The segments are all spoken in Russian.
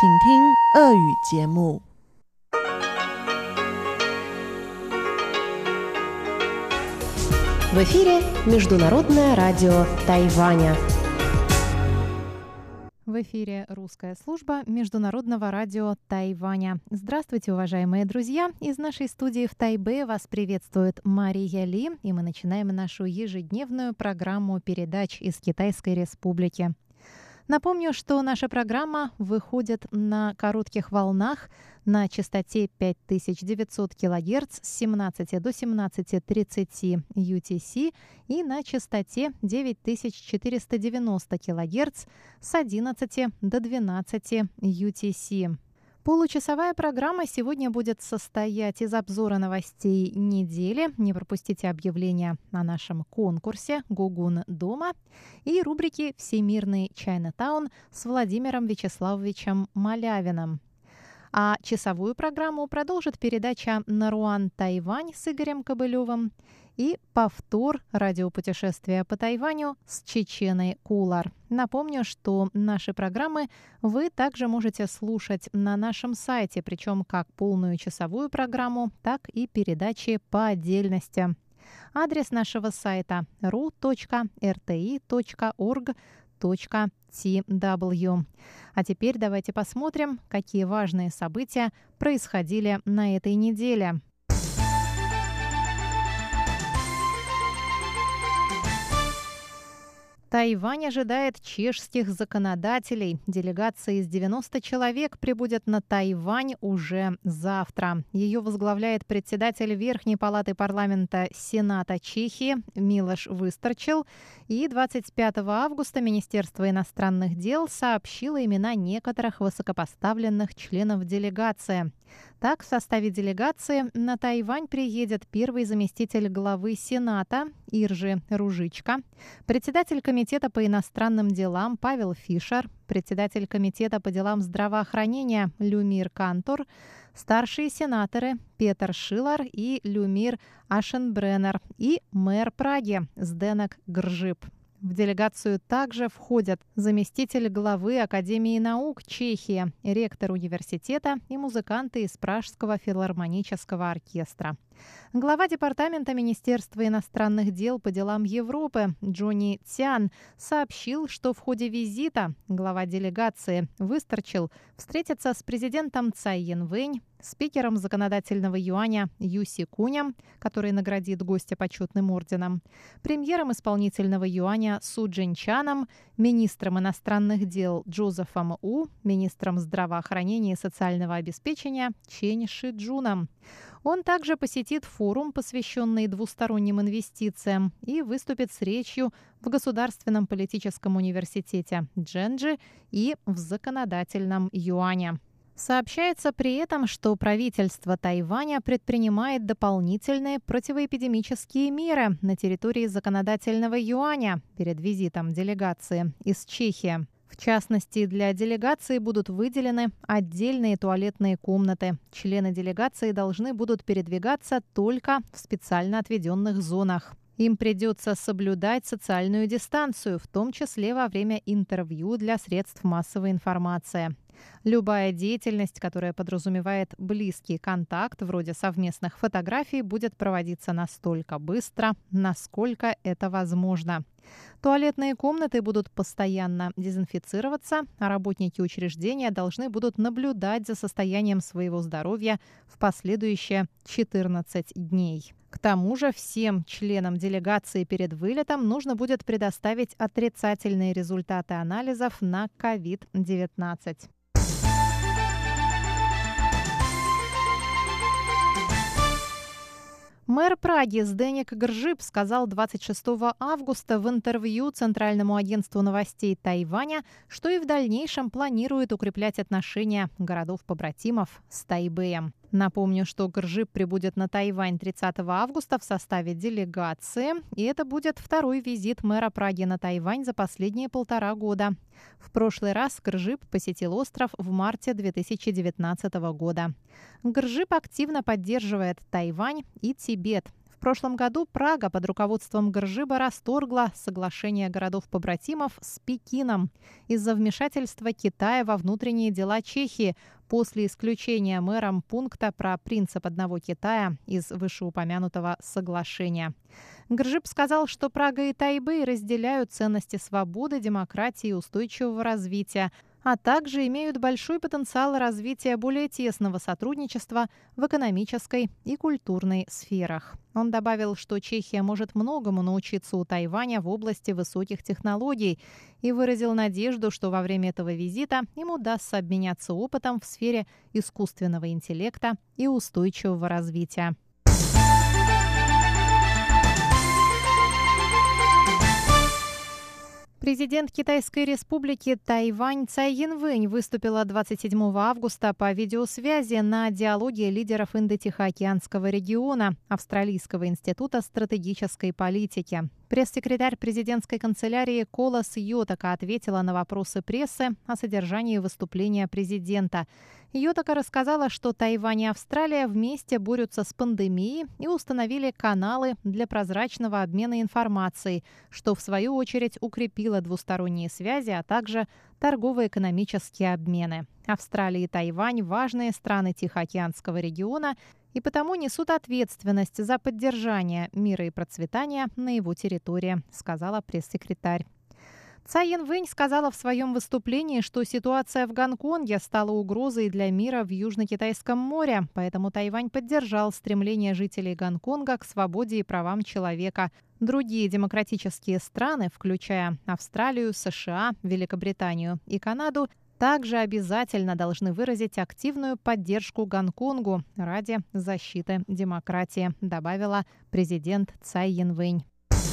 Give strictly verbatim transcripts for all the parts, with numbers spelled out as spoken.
请听俄语节目。 В эфире Международное радио Тайваня. В эфире русская служба Международного радио Тайваня. Здравствуйте, уважаемые друзья! Из нашей студии в Тайбе вас приветствует Мария Ли, и мы начинаем нашу ежедневную программу передач из Китайской Республики. Напомню, что наша программа выходит на коротких волнах на частоте пять тысяч девятьсот килогерц с семнадцати до семнадцати тридцати ю ти си и на частоте девять тысяч четыреста девяносто килогерц с одиннадцати до двенадцати ю ти си. Получасовая программа сегодня будет состоять из обзора новостей недели. Не пропустите объявления о нашем конкурсе «Гугун дома» и рубрики «Всемирный Чайнатаун» с Владимиром Вячеславовичем Малявиным. А часовую программу продолжит передача «Наруан Тайвань» с Игорем Кобылевым и повтор радиопутешествия по Тайваню с Чеченой Кулар. Напомню, что наши программы вы также можете слушать на нашем сайте, причем как полную часовую программу, так и передачи по отдельности. Адрес нашего сайта ру точка эр тэ и точка орг точка ти дабл ю. А теперь давайте посмотрим, какие важные события происходили на этой неделе. Тайвань ожидает чешских законодателей. Делегация из девяноста человек прибудет на Тайвань уже завтра. Ее возглавляет председатель Верхней палаты парламента Сената Чехии Милош Выстарчил. И двадцать пятого августа Министерство иностранных дел сообщило имена некоторых высокопоставленных членов делегации. Так, в составе делегации на Тайвань приедет первый заместитель главы Сената Иржи Ружичка, председатель комитета по иностранным делам Павел Фишер, председатель комитета по делам здравоохранения Люмир Кантор, старшие сенаторы Петер Шилар и Люмир Ашенбреннер и мэр Праги Сденек Гржип. В делегацию также входят заместитель главы Академии наук Чехии, ректор университета и музыканты из Пражского филармонического оркестра. Глава департамента Министерства иностранных дел по делам Европы Джонни Цян сообщил, что в ходе визита глава делегации Выстарчил встретится с президентом Цай Янвэнь, спикером законодательного юаня Юси Кунем, который наградит гостя почетным орденом, премьером исполнительного юаня Су Джинчаном, министром иностранных дел Джозефом У, министром здравоохранения и социального обеспечения Чен Шиджуном. Он также посетит форум, посвященный двусторонним инвестициям, и выступит с речью в Государственном политическом университете Джэнджи и в законодательном юане. Сообщается при этом, что правительство Тайваня предпринимает дополнительные противоэпидемические меры на территории законодательного юаня перед визитом делегации из Чехии. В частности, для делегации будут выделены отдельные туалетные комнаты. Члены делегации должны будут передвигаться только в специально отведенных зонах. Им придется соблюдать социальную дистанцию, в том числе во время интервью для средств массовой информации. Любая деятельность, которая подразумевает близкий контакт, вроде совместных фотографий, будет проводиться настолько быстро, насколько это возможно. Туалетные комнаты будут постоянно дезинфицироваться, а работники учреждения должны будут наблюдать за состоянием своего здоровья в последующие четырнадцать дней. К тому же всем членам делегации перед вылетом нужно будет предоставить отрицательные результаты анализов на ковид девятнадцать. Мэр Праги Сденек Гржип сказал двадцать шестого августа в интервью Центральному агентству новостей Тайваня, что и в дальнейшем планирует укреплять отношения городов-побратимов с Тайбэем. Напомню, что Гржип прибудет на Тайвань тридцатого августа в составе делегации, и это будет второй визит мэра Праги на Тайвань за последние полтора года. В прошлый раз Гржип посетил остров в марте две тысячи девятнадцатого года. Гржип активно поддерживает Тайвань и Тибет. В прошлом году Прага под руководством Гржиба расторгла соглашение городов-побратимов с Пекином из-за вмешательства Китая во внутренние дела Чехии после исключения мэром пункта про принцип одного Китая из вышеупомянутого соглашения. Гржиб сказал, что Прага и Тайбэй разделяют ценности свободы, демократии и устойчивого развития, а также имеют большой потенциал развития более тесного сотрудничества в экономической и культурной сферах. Он добавил, что Чехия может многому научиться у Тайваня в области высоких технологий и выразил надежду, что во время этого визита им удастся обменяться опытом в сфере искусственного интеллекта и устойчивого развития. Президент Китайской республики Тайвань Цай Янвэнь выступила двадцать седьмого августа по видеосвязи на диалоге лидеров Индо-Тихоокеанского региона Австралийского института стратегической политики. Пресс-секретарь президентской канцелярии Колас Йотака ответила на вопросы прессы о содержании выступления президента. Йотака рассказала, что Тайвань и Австралия вместе борются с пандемией и установили каналы для прозрачного обмена информацией, что в свою очередь укрепило двусторонние связи, а также торгово-экономические обмены. Австралия и Тайвань – важные страны Тихоокеанского региона и потому несут ответственность за поддержание мира и процветания на его территории, сказала пресс-секретарь. Цай Янвэнь сказала в своем выступлении, что ситуация в Гонконге стала угрозой для мира в Южно-Китайском море, поэтому Тайвань поддержал стремление жителей Гонконга к свободе и правам человека. Другие демократические страны, включая Австралию, США, Великобританию и Канаду, также обязательно должны выразить активную поддержку Гонконгу ради защиты демократии, добавила президент Цай Янвэнь.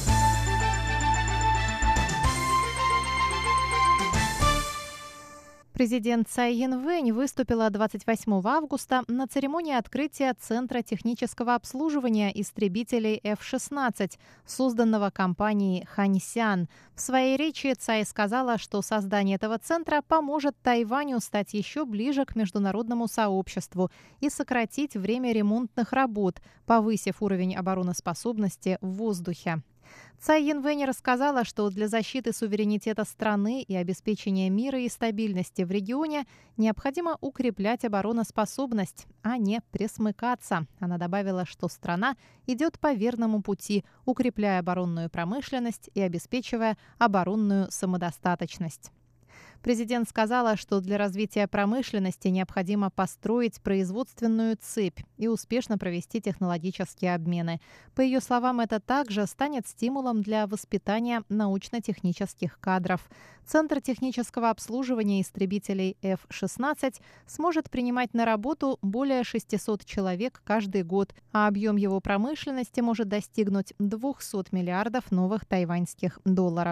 Президент Цай Янвэнь выступила двадцать восьмого августа на церемонии открытия Центра технического обслуживания истребителей эф шестнадцать, созданного компанией Ханьсян. В своей речи Цай сказала, что создание этого центра поможет Тайваню стать еще ближе к международному сообществу и сократить время ремонтных работ, повысив уровень обороноспособности в воздухе. Цай Янвэнь рассказала, что для защиты суверенитета страны и обеспечения мира и стабильности в регионе необходимо укреплять обороноспособность, а не пресмыкаться. Она добавила, что страна идет по верному пути, укрепляя оборонную промышленность и обеспечивая оборонную самодостаточность. Президент сказала, что для развития промышленности необходимо построить производственную цепь и успешно провести технологические обмены. По ее словам, это также станет стимулом для воспитания научно-технических кадров. Центр технического обслуживания истребителей эф шестнадцать сможет принимать на работу более шестисот человек каждый год, а объем его промышленности может достигнуть двухсот миллиардов новых тайваньских долларов.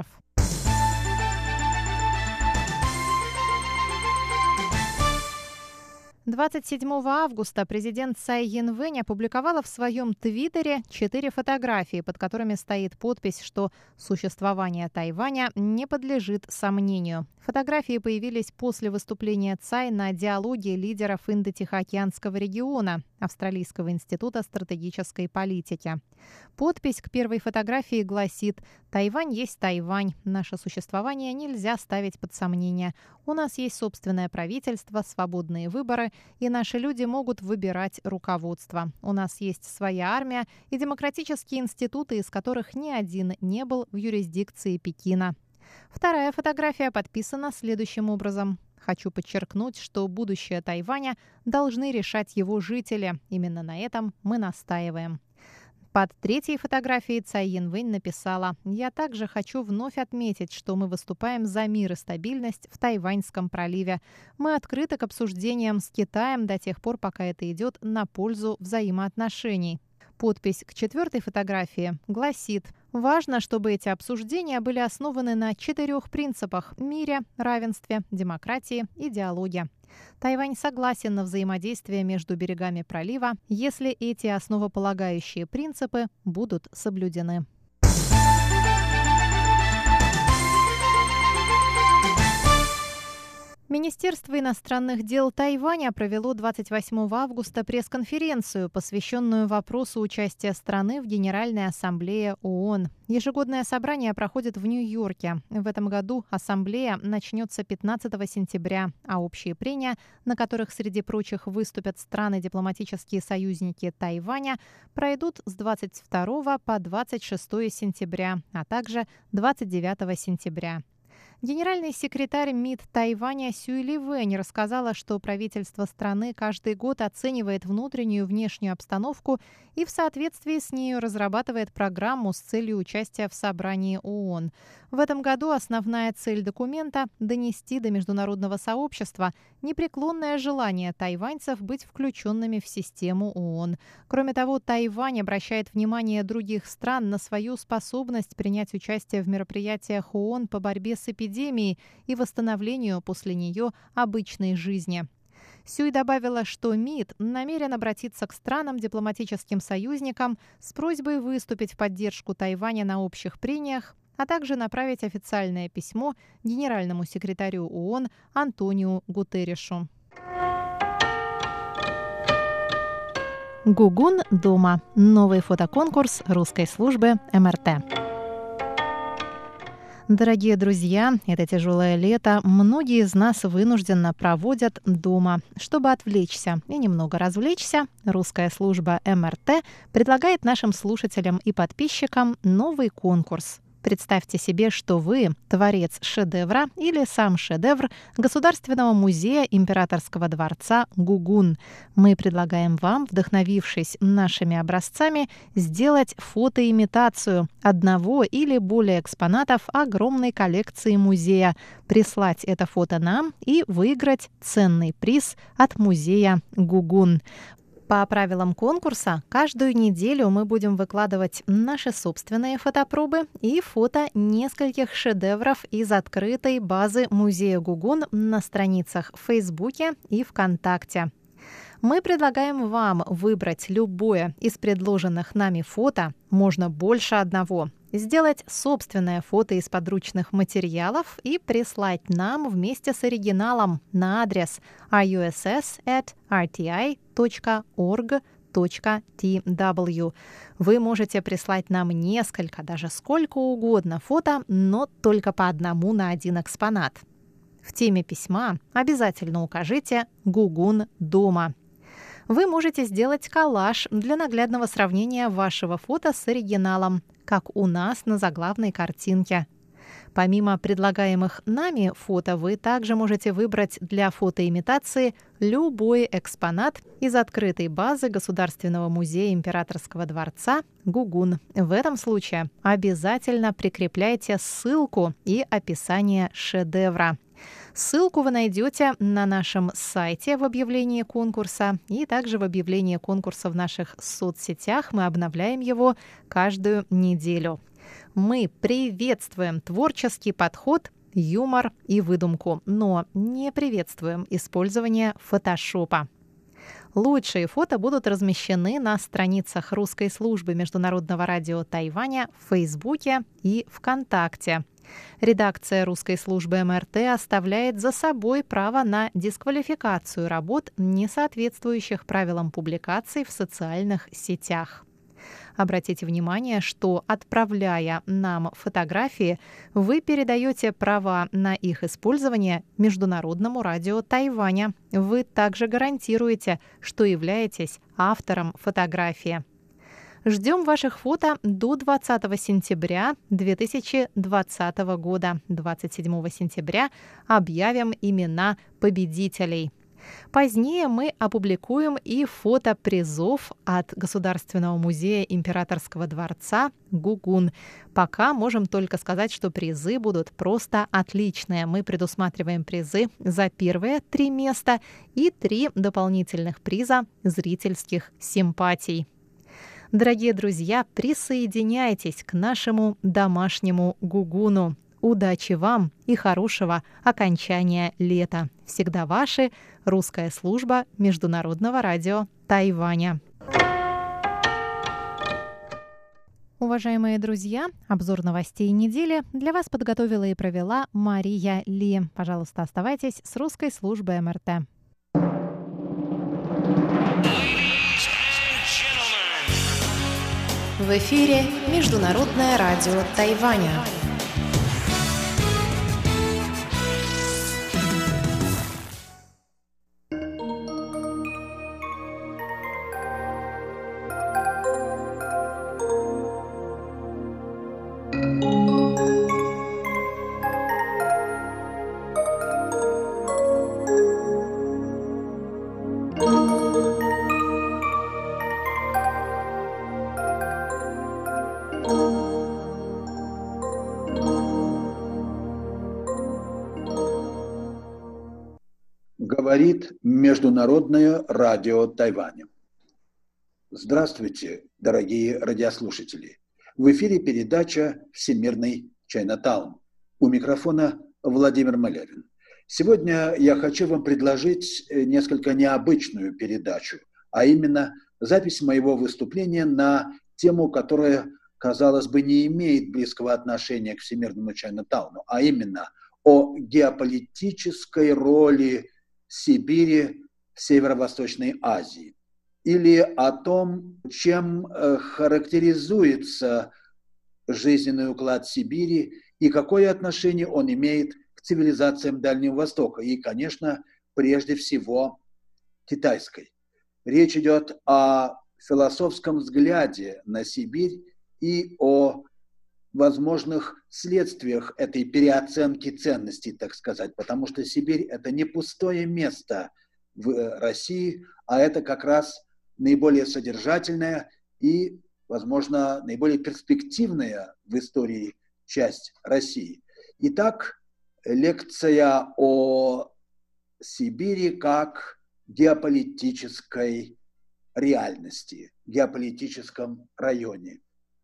двадцать седьмого августа президент Цай Янвэнь опубликовала в своем твиттере четыре фотографии, под которыми стоит подпись, что существование Тайваня не подлежит сомнению. Фотографии появились после выступления Цай на диалоге лидеров Индо-Тихоокеанского региона Австралийского института стратегической политики. Подпись к первой фотографии гласит: «Тайвань есть Тайвань. Наше существование нельзя ставить под сомнение. У нас есть собственное правительство, свободные выборы, и наши люди могут выбирать руководство. У нас есть своя армия и демократические институты, из которых ни один не был в юрисдикции Пекина». Вторая фотография подписана следующим образом: «Хочу подчеркнуть, что будущее Тайваня должны решать его жители. Именно на этом мы настаиваем». Под третьей фотографией Цай Янвэнь написала: «Я также хочу вновь отметить, что мы выступаем за мир и стабильность в Тайваньском проливе. Мы открыты к обсуждениям с Китаем до тех пор, пока это идет на пользу взаимоотношений». Подпись к четвертой фотографии гласит: «Важно, чтобы эти обсуждения были основаны на четырех принципах – мире, равенстве, демократии и диалоге». Тайвань согласен на взаимодействие между берегами пролива, если эти основополагающие принципы будут соблюдены. Министерство иностранных дел Тайваня провело двадцать восьмого августа пресс-конференцию, посвященную вопросу участия страны в Генеральной ассамблее ООН. Ежегодное собрание проходит в Нью-Йорке. В этом году ассамблея начнется пятнадцатого сентября, а общие прения, на которых среди прочих выступят страны-дипломатические союзники Тайваня, пройдут с двадцать второго по двадцать шестое сентября, а также двадцать девятого сентября. Генеральный секретарь МИД Тайваня Сюй Ли Вэнь рассказала, что правительство страны каждый год оценивает внутреннюю и внешнюю обстановку и в соответствии с нею разрабатывает программу с целью участия в собрании ООН. В этом году основная цель документа – донести до международного сообщества непреклонное желание тайваньцев быть включенными в систему ООН. Кроме того, Тайвань обращает внимание других стран на свою способность принять участие в мероприятиях ООН по борьбе с эпидемией и восстановлению после нее обычной жизни. Сюй добавила, что МИД намерен обратиться к странам-дипломатическим союзникам с просьбой выступить в поддержку Тайваня на общих прениях, а также направить официальное письмо генеральному секретарю ООН Антониу Гутерришу. Гугун дома. Новый фотоконкурс русской службы эм эр тэ. Дорогие друзья, это тяжелое лето многие из нас вынужденно проводят дома. Чтобы отвлечься и немного развлечься, русская служба эм эр тэ предлагает нашим слушателям и подписчикам новый конкурс. Представьте себе, что вы творец шедевра или сам шедевр Государственного музея Императорского дворца Гугун. Мы предлагаем вам, вдохновившись нашими образцами, сделать фотоимитацию одного или более экспонатов огромной коллекции музея, прислать это фото нам и выиграть ценный приз от музея Гугун. По правилам конкурса, каждую неделю мы будем выкладывать наши собственные фотопробы и фото нескольких шедевров из открытой базы музея Гугун на страницах в Фейсбуке и ВКонтакте. Мы предлагаем вам выбрать любое из предложенных нами фото, можно больше одного, сделать собственное фото из подручных материалов и прислать нам вместе с оригиналом на адрес ай ю эс эс эт эр ти ай точка орг точка ти дабл ю. Вы можете прислать нам несколько, даже сколько угодно фото, но только по одному на один экспонат. В теме письма обязательно укажите «Гугун дома». Вы можете сделать коллаж для наглядного сравнения вашего фото с оригиналом, как у нас на заглавной картинке. Помимо предлагаемых нами фото, вы также можете выбрать для фотоимитации любой экспонат из открытой базы Государственного музея Императорского дворца Гугун. В этом случае обязательно прикрепляйте ссылку и описание шедевра. Ссылку вы найдете на нашем сайте в объявлении конкурса и также в объявлении конкурса в наших соцсетях. Мы обновляем его каждую неделю. Мы приветствуем творческий подход, юмор и выдумку, но не приветствуем использование фотошопа. Лучшие фото будут размещены на страницах русской службы Международного радио Тайваня в Фейсбуке и ВКонтакте. Редакция русской службы эм эр тэ оставляет за собой право на дисквалификацию работ, не соответствующих правилам публикаций в социальных сетях. Обратите внимание, что, отправляя нам фотографии, вы передаете права на их использование Международному радио Тайваня. Вы также гарантируете, что являетесь автором фотографии. Ждем ваших фото до двадцатого сентября две тысячи двадцатого года. двадцать седьмого сентября объявим имена победителей. Позднее мы опубликуем и фото призов от Государственного музея Императорского дворца Гугун. Пока можем только сказать, что призы будут просто отличные. Мы предусматриваем призы за первые три места и три дополнительных приза зрительских симпатий. Дорогие друзья, присоединяйтесь к нашему домашнему Гугуну. Удачи вам и хорошего окончания лета. Всегда ваши. Русская служба Международного радио Тайваня. Уважаемые друзья, обзор новостей недели для вас подготовила и провела Мария Ли. Пожалуйста, оставайтесь с русской службой эм эр тэ. В эфире Международное радио Тайваня. Говорит Международное радио Тайваня. Здравствуйте, дорогие радиослушатели. В эфире передача «Всемирный Чайнатаун». У микрофона Владимир Малявин. Сегодня я хочу вам предложить несколько необычную передачу, а именно запись моего выступления на тему, которая, казалось бы, не имеет близкого отношения к Всемирному Чайнатауну, а именно о геополитической роли Сибири в Северо-Восточной Азии, или о том, чем характеризуется жизненный уклад Сибири и какое отношение он имеет к цивилизациям Дальнего Востока и, конечно, прежде всего китайской. Речь идет о философском взгляде на Сибирь и о возможных следствиях этой переоценки ценностей, так сказать, потому что Сибирь – это не пустое место в России, а это как раз наиболее содержательная и, возможно, наиболее перспективная в истории часть России. Итак, лекция о Сибири как геополитической реальности, геополитическом районе.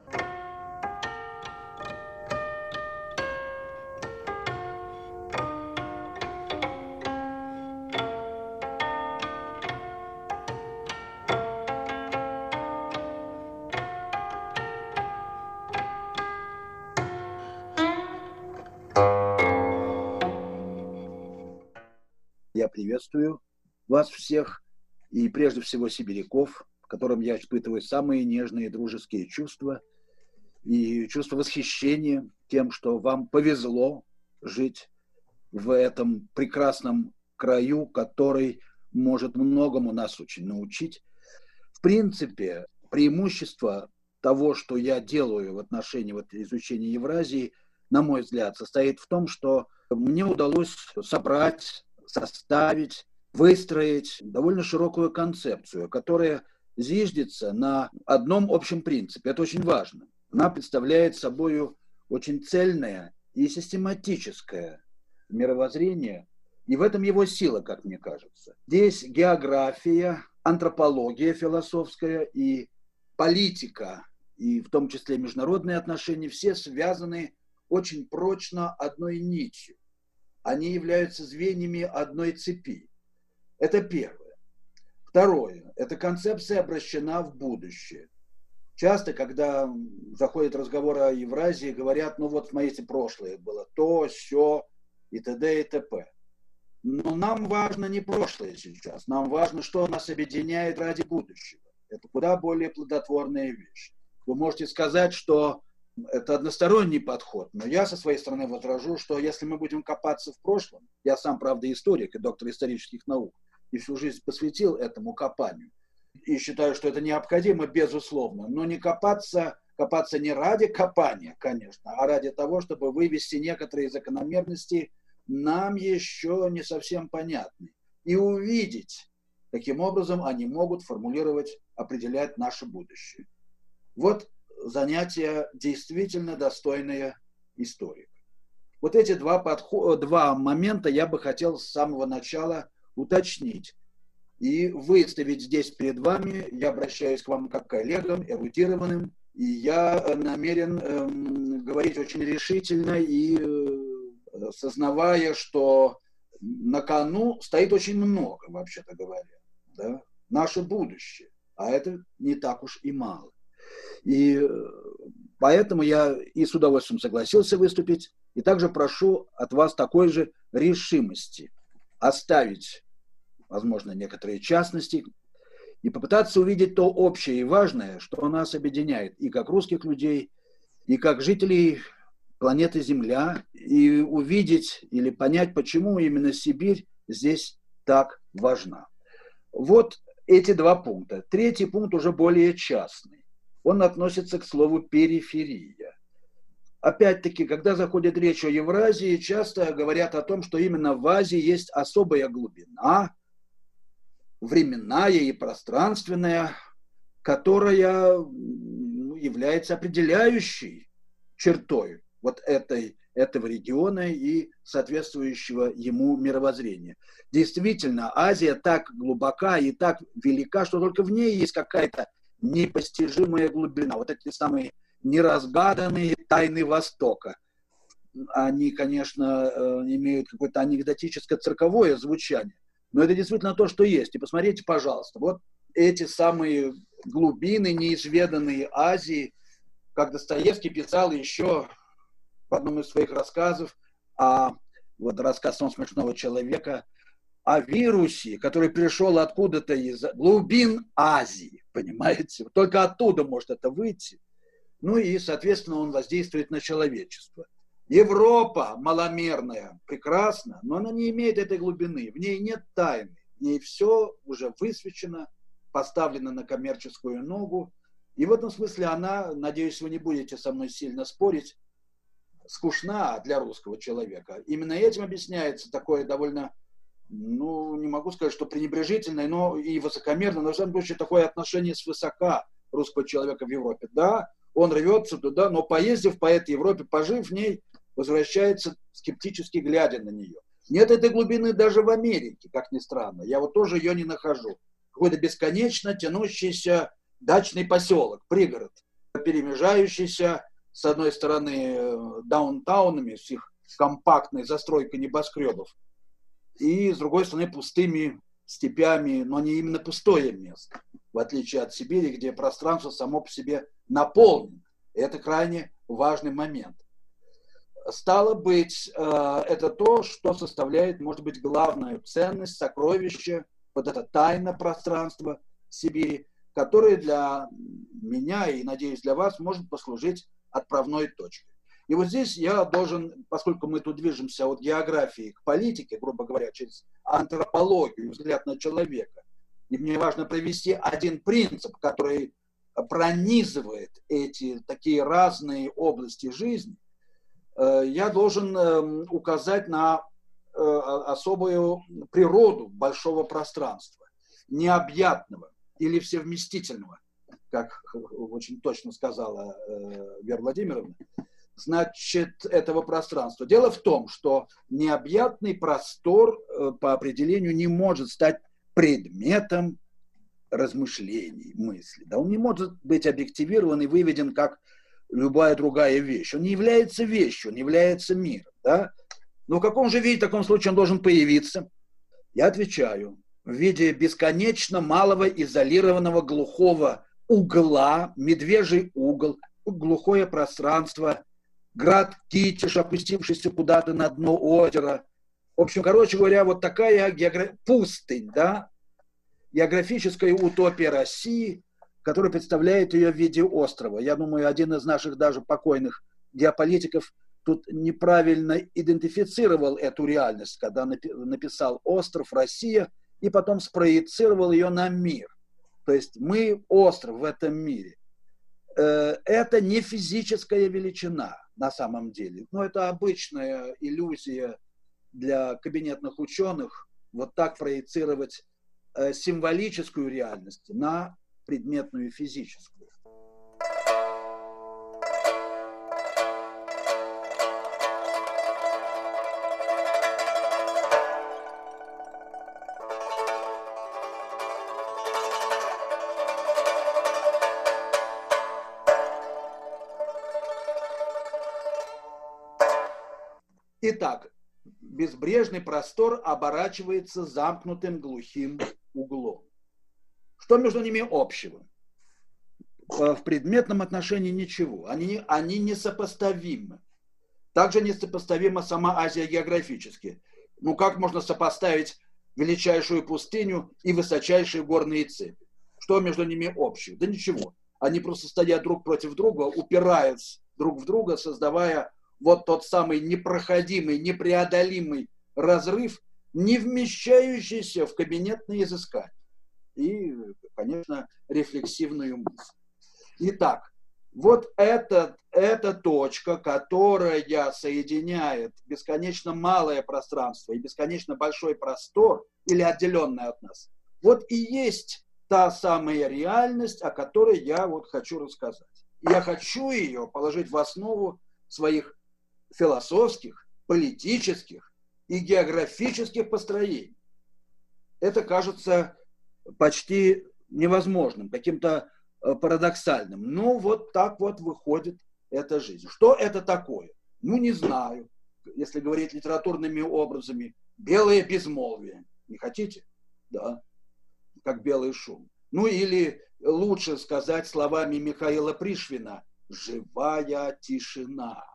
Я приветствую вас всех, и прежде всего сибиряков, к которым я испытываю самые нежные дружеские чувства и чувство восхищения тем, что вам повезло жить в этом прекрасном краю, который может многому нас очень научить. В принципе, преимущество того, что я делаю в отношении вот изучения Евразии, на мой взгляд, состоит в том, что мне удалось собрать, составить, выстроить довольно широкую концепцию, которая зиждется на одном общем принципе. Это очень важно. Она представляет собой очень цельное и систематическое мировоззрение, и в этом его сила, как мне кажется. Здесь география, антропология философская и политика, и в том числе международные отношения, все связаны очень прочно одной нитью. Они являются звеньями одной цепи. Это первое. Второе. Эта концепция обращена в будущее. Часто, когда заходит разговор о Евразии, говорят, ну вот смотрите, прошлое было то, сё и т.д. и т.п. Но нам важно не прошлое сейчас. Нам важно, что нас объединяет ради будущего. Это куда более плодотворная вещь. Вы можете сказать, что это односторонний подход, но я со своей стороны возражу, что если мы будем копаться в прошлом, я сам, правда, историк и доктор исторических наук, и всю жизнь посвятил этому копанию, и считаю, что это необходимо, безусловно, но не копаться, копаться не ради копания, конечно, а ради того, чтобы вывести некоторые закономерности, нам еще не совсем понятны, и увидеть, каким образом они могут формулировать, определять наше будущее. Вот занятие действительно достойное историка. Вот эти два, подход, два момента я бы хотел с самого начала уточнить и выставить здесь перед вами. Я обращаюсь к вам как к коллегам, эрудированным, и я намерен э, говорить очень решительно и э, сознавая, что на кону стоит очень много, вообще-то говоря, да? Наше будущее, а это не так уж и мало. И Поэтому я и с удовольствием согласился выступить, и также прошу от вас такой же решимости оставить, возможно, некоторые частности и попытаться увидеть то общее и важное, что нас объединяет и как русских людей, и как жителей планеты Земля, и увидеть или понять, почему именно Сибирь здесь так важна. Вот эти два пункта. Третий пункт уже более частный. Он относится к слову «периферия». Опять-таки, когда заходит речь о Евразии, часто говорят о том, что именно в Азии есть особая глубина, временная и пространственная, которая является определяющей чертой вот этой, этого региона и соответствующего ему мировоззрения. Действительно, Азия так глубока и так велика, что только в ней есть какая-то непостижимая глубина. Вот эти самые неразгаданные тайны Востока. Они, конечно, имеют какое-то анекдотическое-цирковое звучание, но это действительно то, что есть. И посмотрите, пожалуйста, вот эти самые глубины, неизведанные Азии, как Достоевский писал еще в одном из своих рассказов, а вот рассказ «Сон смешного человека», о вирусе, который пришел откуда-то из глубин Азии, понимаете? Только оттуда может это выйти. Ну и, соответственно, он воздействует на человечество. Европа маломерная, прекрасна, но она не имеет этой глубины. В ней нет тайны. В ней все уже высвечено, поставлено на коммерческую ногу. И в этом смысле она, надеюсь, вы не будете со мной сильно спорить, скучна для русского человека. Именно этим объясняется такое довольно, ну, не могу сказать, что пренебрежительное, но и высокомерное, но в самом случае такое отношение свысока русского человека в Европе. Да, он рвется туда, но поездив по этой Европе, пожив в ней, возвращается скептически глядя на нее. Нет этой глубины даже в Америке, как ни странно. Я вот тоже ее не нахожу. Какой-то бесконечно тянущийся дачный поселок, пригород, перемежающийся с одной стороны даунтаунами с их компактной застройкой небоскребов, и с другой стороны пустыми степями, но не именно пустое место, в отличие от Сибири, где пространство само по себе наполнено. И это крайне важный момент. Стало быть, это то, что составляет, может быть, главную ценность, сокровище, вот это тайна пространства Сибири, которое для меня и, надеюсь, для вас может послужить отправной точкой. И вот здесь я должен, поскольку мы тут движемся от географии к политике, грубо говоря, через антропологию, взгляд на человека, и мне важно провести один принцип, который пронизывает эти такие разные области жизни, я должен указать на особую природу большого пространства, необъятного или всевместительного, как очень точно сказала Вера Владимировна, значит, этого пространства. Дело в том, что необъятный простор по определению не может стать предметом размышлений, мыслей. Да, он не может быть объективирован и выведен как любая другая вещь. Он не является вещью, он является миром. Да? Но в каком же виде в таком случае он должен появиться? Я отвечаю, в виде бесконечно малого изолированного глухого угла, медвежий угол, глухое пространство, град Китиш, опустившийся куда-то на дно озера. В общем, короче говоря, вот такая географ... пустынь, да, географическая утопия России, которая представляет ее в виде острова. Я думаю, один из наших даже покойных геополитиков тут неправильно идентифицировал эту реальность, когда написал «Остров Россия» и потом спроецировал ее на мир. То есть мы остров в этом мире. Это не физическая величина на самом деле, но это обычная иллюзия для кабинетных ученых вот так проецировать символическую реальность на предметную физическую. Итак, безбрежный простор оборачивается замкнутым глухим углом. Что между ними общего? в предметном отношении ничего. Они, они несопоставимы. Также несопоставима сама Азия географически. Ну как можно сопоставить величайшую пустыню и высочайшие горные цепи? Что между ними общего? Да ничего. Они просто стоят друг против друга, упираясь друг в друга, создавая вот тот самый непроходимый, непреодолимый разрыв, не вмещающийся в кабинетные изыскания. И, конечно, рефлексивную мысль. Итак, вот это, эта точка, которая соединяет бесконечно малое пространство и бесконечно большой простор, или отделенное от нас, вот и есть та самая реальность, о которой я вот хочу рассказать. Я хочу ее положить в основу своих философских, политических и географических построений. Это кажется почти невозможным, каким-то парадоксальным. Но вот так вот выходит эта жизнь. Что это такое? Ну, не знаю. Если говорить литературными образами, белое безмолвие. Не хотите? Да. Как белый шум. Ну, или лучше сказать словами Михаила Пришвина, живая тишина.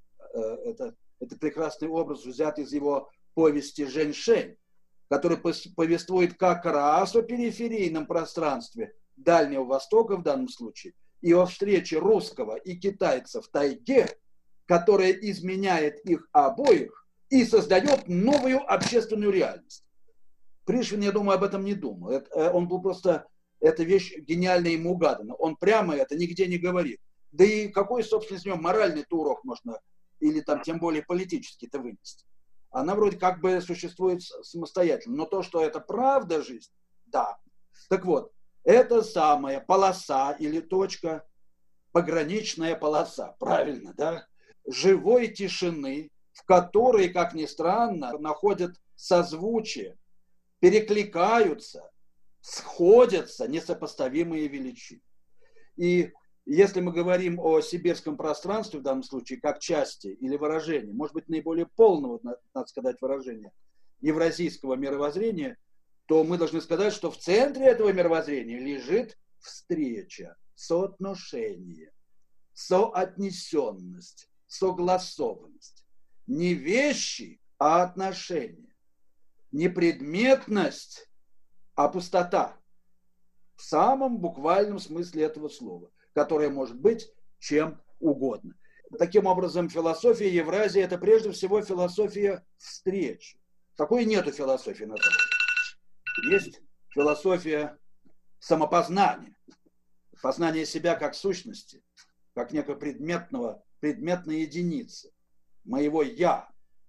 Это, это прекрасный образ, взят из его повести «Жэньшэнь», который повествует как раз о периферийном пространстве Дальнего Востока в данном случае, и о встрече русского и китайца в тайге, которая изменяет их обоих и создает новую общественную реальность. Пришвин, я думаю, об этом не думал. Это, он был просто, эта вещь гениально ему угадана. Он прямо это нигде не говорит. Да и какой, собственно, из него моральный-то урок можно, или там тем более политический-то вынести? Она вроде как бы существует самостоятельно. Но то, что это правда жизнь, да. Так вот, это самая полоса или точка, пограничная полоса, правильно, да? Живой тишины, в которой, как ни странно, находят созвучие, перекликаются, сходятся несопоставимые величины. И если мы говорим о сибирском пространстве, в данном случае, как части или выражении, может быть, наиболее полного, надо сказать, выражения евразийского мировоззрения, то мы должны сказать, что в центре этого мировоззрения лежит встреча, соотношение, соотнесенность, согласованность. Не вещи, а отношения. Не предметность, а пустота. В самом буквальном смысле этого слова, которое может быть чем угодно. Таким образом, философия Евразии – это прежде всего философия встречи. Такой нету философии на Западе. Есть философия самопознания, познание себя как сущности, как некого предметного, предметной единицы, моего «я».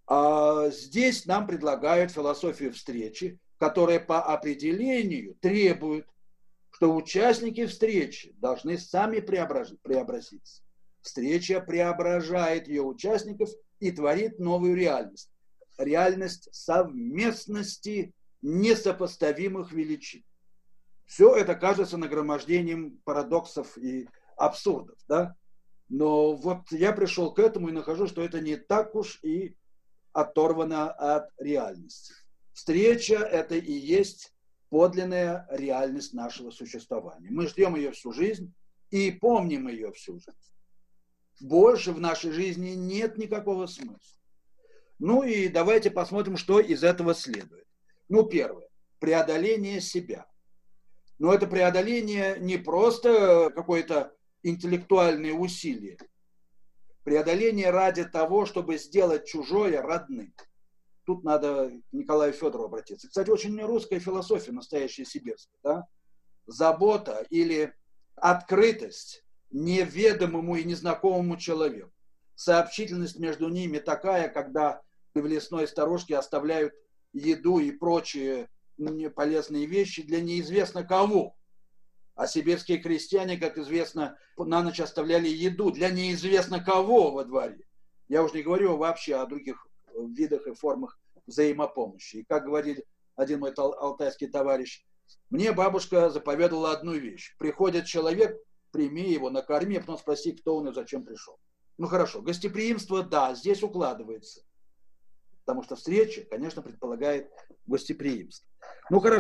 А здесь нам предлагают философию встречи, которая по определению требует, что участники встречи должны сами преобразиться. Встреча преображает ее участников и творит новую реальность. Реальность совместности несопоставимых величин. Все это кажется нагромождением парадоксов и абсурдов, да? Но вот я пришел к этому и нахожу, что это не так уж и оторвано от реальности. Встреча – это и есть подлинная реальность нашего существования. Мы ждем ее всю жизнь и помним ее всю жизнь. Больше в нашей жизни нет никакого смысла. Ну и давайте посмотрим, что из этого следует. Ну, первое. Преодоление себя. Но это преодоление не просто какое-то интеллектуальное усилие. Преодоление ради того, чтобы сделать чужое родным. Тут надо к Николаю Федорову обратиться. Кстати, очень русская философия, настоящая сибирская. Да? Забота или открытость неведомому и незнакомому человеку. Сообщительность между ними такая, когда в лесной сторожке оставляют еду и прочие полезные вещи для неизвестно кого. А сибирские крестьяне, как известно, на ночь оставляли еду для неизвестно кого во дворе. Я уже не говорю вообще о других видах и формах взаимопомощи. И как говорил один мой алтайский товарищ, мне бабушка заповедовала одну вещь. Приходит человек, прими его, накорми, а потом спроси, кто он и зачем пришел. Ну хорошо, гостеприимство, да, здесь укладывается. Потому что встреча, конечно, предполагает гостеприимство. Ну хорошо.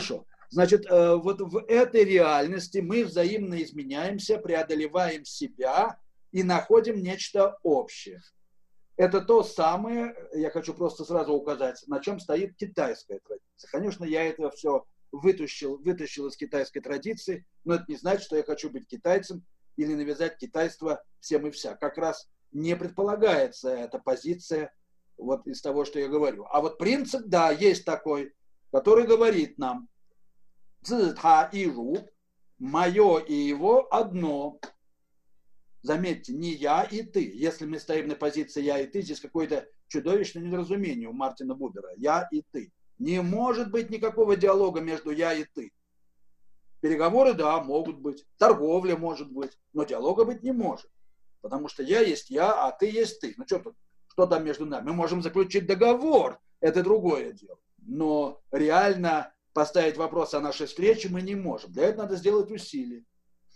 Значит, вот в этой реальности мы взаимно изменяемся, преодолеваем себя и находим нечто общее. Это то самое, я хочу просто сразу указать, на чем стоит китайская традиция. Конечно, я это все вытащил, вытащил из китайской традиции, но это не значит, что я хочу быть китайцем или навязать китайство всем и вся. Как раз не предполагается эта позиция вот из того, что я говорю. А вот принцип, да, есть такой, который говорит нам: «Цзи та и ру», мое и его одно. Заметьте, не я и ты. Если мы стоим на позиции я и ты, здесь какое-то чудовищное недоразумение у Мартина Бубера. Я и ты. Не может быть никакого диалога между я и ты. Переговоры, да, могут быть. Торговля может быть. Но диалога быть не может. Потому что я есть я, а ты есть ты. Ну что тут? Что там между нами? Мы можем заключить договор. Это другое дело. Но реально поставить вопрос о нашей встрече мы не можем. Для этого надо сделать усилия.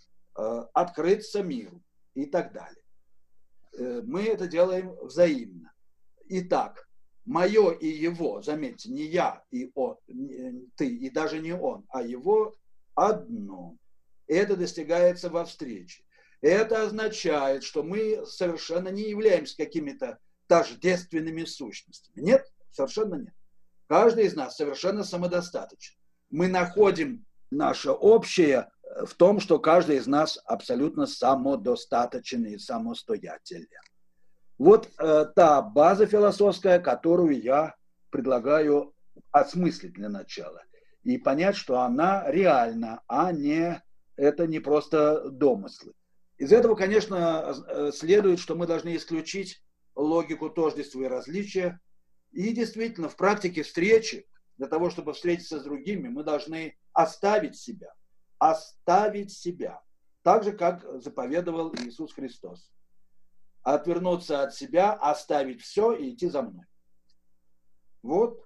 Открыться миру. И так далее. Мы это делаем взаимно. Итак, мое и его, заметьте, не я и он, ты, и даже не он, а его одно. Это достигается во встрече. Это означает, что мы совершенно не являемся какими-то тождественными сущностями. Нет, совершенно нет. Каждый из нас совершенно самодостаточен. Мы находим наше общее в том, что каждый из нас абсолютно самодостаточен и самостоятелен. Вот э, та база философская, которую я предлагаю осмыслить для начала. И понять, что она реальна, а не это не просто домыслы. Из этого, конечно, следует, что мы должны исключить логику тождества и различия. И действительно, в практике встречи, для того, чтобы встретиться с другими, мы должны оставить себя. Оставить себя. Так же, как заповедовал Иисус Христос. Отвернуться от себя, оставить все и идти за мной. Вот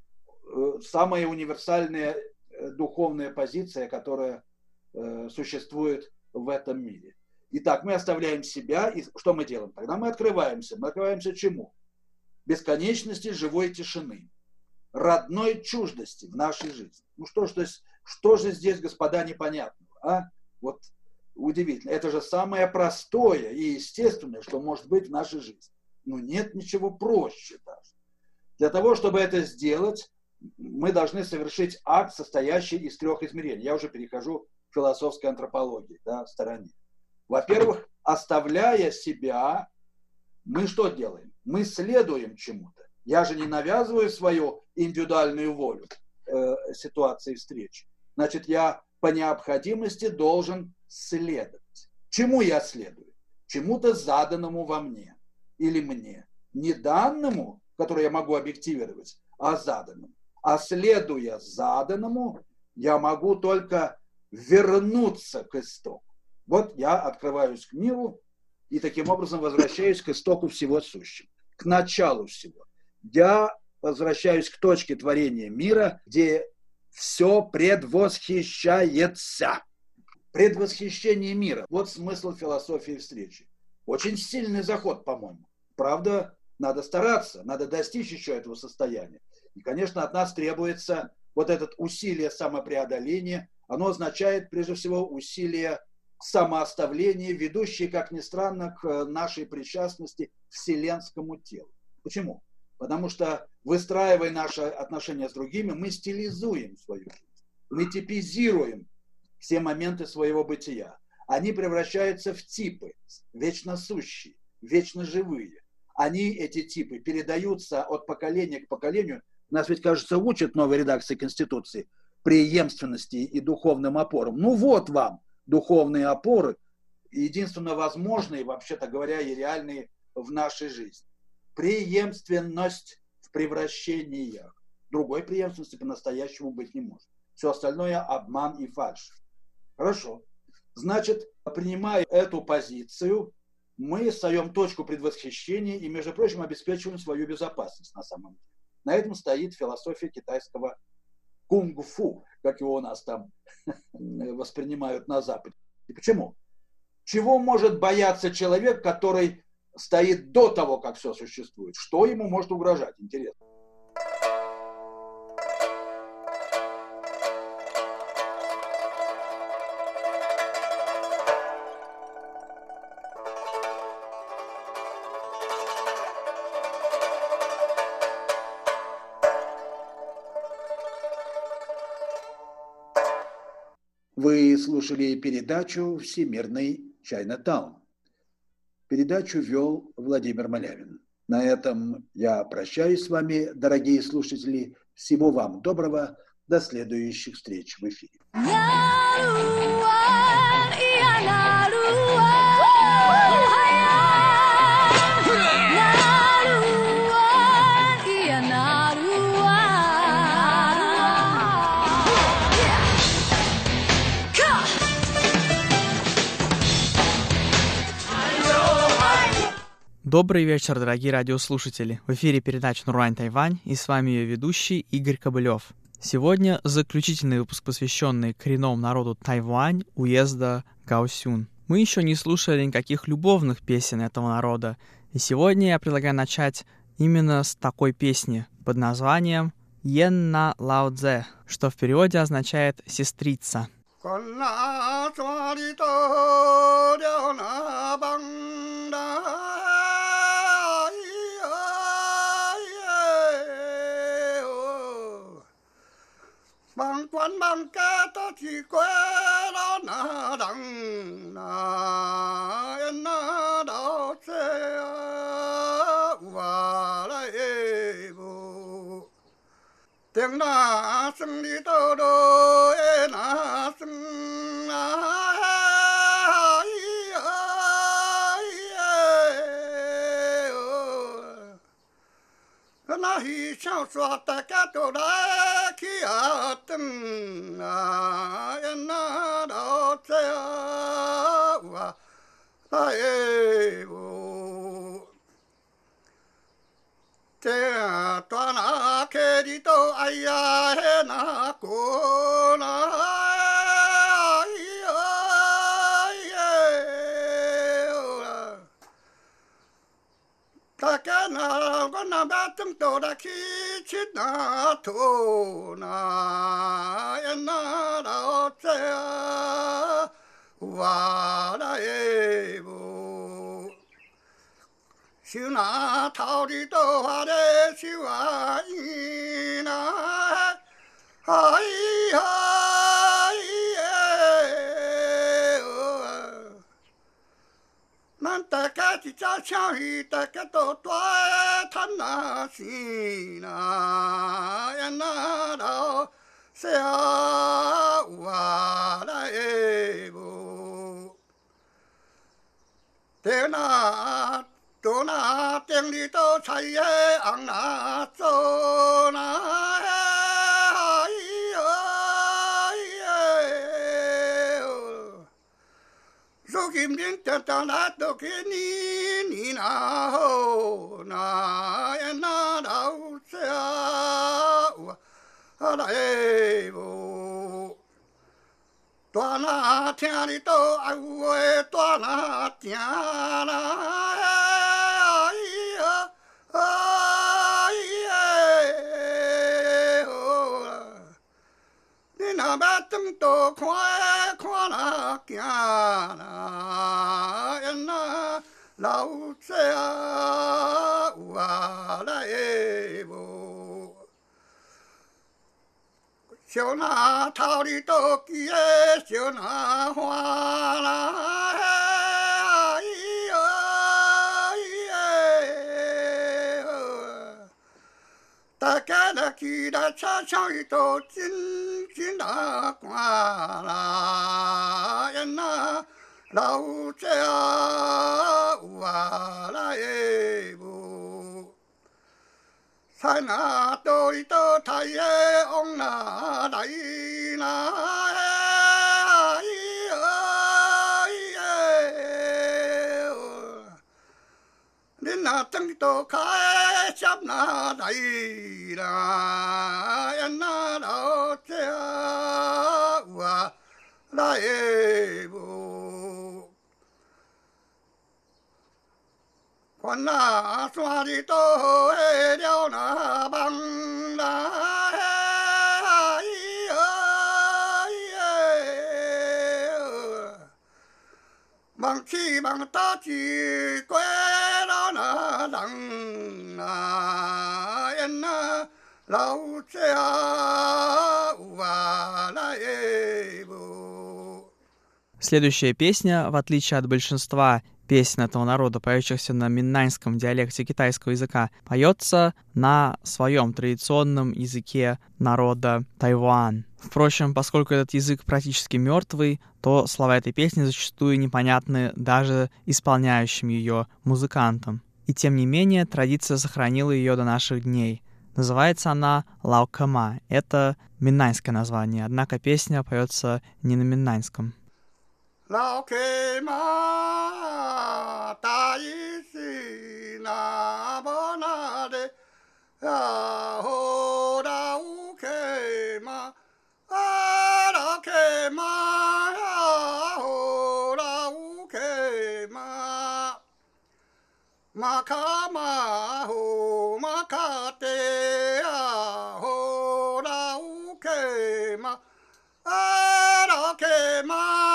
э, самая универсальная э, духовная позиция, которая э, существует в этом мире. Итак, мы оставляем себя, и что мы делаем? Тогда мы открываемся. Мы открываемся чему? Бесконечности живой тишины. Родной чуждости в нашей жизни. Ну что ж, то есть, что же здесь, господа, непонятного? А? Вот удивительно. Это же самое простое и естественное, что может быть в нашей жизни. Но нет ничего проще даже. Для того, чтобы это сделать, мы должны совершить акт, состоящий из трех измерений. Я уже перехожу к философской антропологии, да, стороне. Во-первых, оставляя себя, мы что делаем? Мы следуем чему-то. Я же не навязываю свою индивидуальную волю э, ситуации встречи. Значит, я по необходимости должен следовать. Чему я следую? Чему-то заданному во мне или мне. Не данному, который я могу объективировать, а заданному. А следуя заданному, я могу только вернуться к истоку. Вот я открываюсь к миру и таким образом возвращаюсь к истоку всего сущего, к началу всего. Я возвращаюсь к точке творения мира, где все предвосхищается. Предвосхищение мира. Вот смысл философии встречи. Очень сильный заход, по-моему. Правда, надо стараться, надо достичь еще этого состояния. И, конечно, от нас требуется вот это усилие самопреодоления. Оно означает, прежде всего, усилие самооставления, ведущее, как ни странно, к нашей причастности к вселенскому телу. Почему? Потому что, выстраивая наши отношения с другими, мы стилизуем свою жизнь. Мы типизируем все моменты своего бытия. Они превращаются в типы, вечно сущие, вечно живые. Они, эти типы, передаются от поколения к поколению. Нас ведь, кажется, учат новой редакции Конституции преемственности и духовным опорам. Ну вот вам духовные опоры, единственно возможные, вообще-то говоря, и реальные в нашей жизни. Преемственность в превращениях. Другой преемственности по-настоящему быть не может. Все остальное обман и фальшь. Хорошо. Значит, принимая эту позицию, мы ставим точку предвосхищения и, между прочим, обеспечиваем свою безопасность на самом деле. На этом стоит философия китайского кунг-фу, как его у нас там воспринимают на Западе. И почему? Чего может бояться человек, который стоит до того, как все существует? Что ему может угрожать? Интересно. Вы слушали передачу «Всемирный Чайнатаун». Передачу вел Владимир Малявин. На этом я прощаюсь с вами, дорогие слушатели. Всего вам доброго. До следующих встреч в эфире. Добрый вечер, дорогие радиослушатели. В эфире передача «Нурань Тайвань» и с вами ее ведущий Игорь Кобылев. Сегодня заключительный выпуск, посвященный коренному народу Тайвань уезда Гаосюн. Мы еще не слушали никаких любовных песен этого народа, и сегодня я предлагаю начать именно с такой песни под названием «Ен на Лао Цзэ», что в переводе означает «сестрица». Bằng quan bằng ca ta chỉ quê đó na đằng na em na đó xe và lại vô tiếng na sưng đi đâu đâu em na sưng na na hi sao xóa ta cả đồ đá khi ở từng à em na đó xe và lại vô thế toàn à khi đi đâu ai à he na cô na ta cái nào có nằm ba tấm tổ đã khi chết na thô na em na đó xe và đây vô siêu na thao đi đâu hoa đê siêu à na ai ai nan ta cái chỉ cha cha hi ta cái tổ toa thân na si na em na đó xe và đây vô thế na tổ na tiếng đi đâu chạy ăn na cho na số kim đến ta ta đã đâu cái ni ni na ho na em na đâu xe ở đây vô toa na theo đi đâu ai quê toa na theo na na ba tâm tổ khoa khoa na kia na em na lao xe và lại vô chiều na thao đi tô kia chiều na hoa na ta cái là khi đã cha cha đi tô chín chín đã qua là em na lao xe và lại vô sai na tôi tôi thấy ông na đấy na đến na tăng tô khai chấp na đấy là em na lao xe và lại vô quan na xoa đi tô hê đeo na bằng na bằng chi bằng ta chỉ quê đó na đằng na em na lao xe và lại vô Следующая песня, в отличие от большинства песен этого народа, поющихся на миннаньском диалекте китайского языка, поется на своем традиционном языке народа Тайвань. Впрочем, поскольку этот язык практически мертвый, то слова этой песни зачастую непонятны даже исполняющим ее музыкантам. И тем не менее, традиция сохранила ее до наших дней. Называется она «Лаукама». Это миннаньское название, однако песня поется не на миннаньском. Лаукама, таиси на бонаде, ахо лаукама, лаукама, ахо лаукама, макама, хо макате, ахо лаукама, лаукама.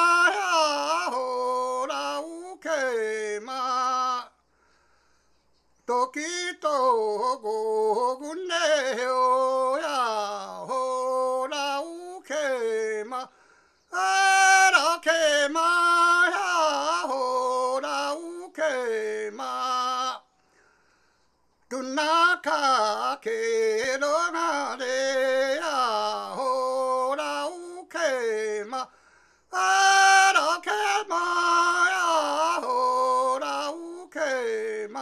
Tokito go guneo ya ho la ukema ara kema ya ho la ukema tunaka ke lo na de ya ho la ukema ara kema ya ho la ukema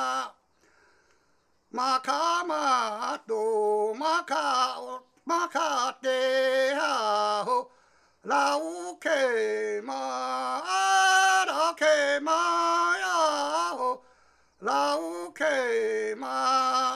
Makama do maka makate ha ho la uke ma ara ke ma ya ho la uke ma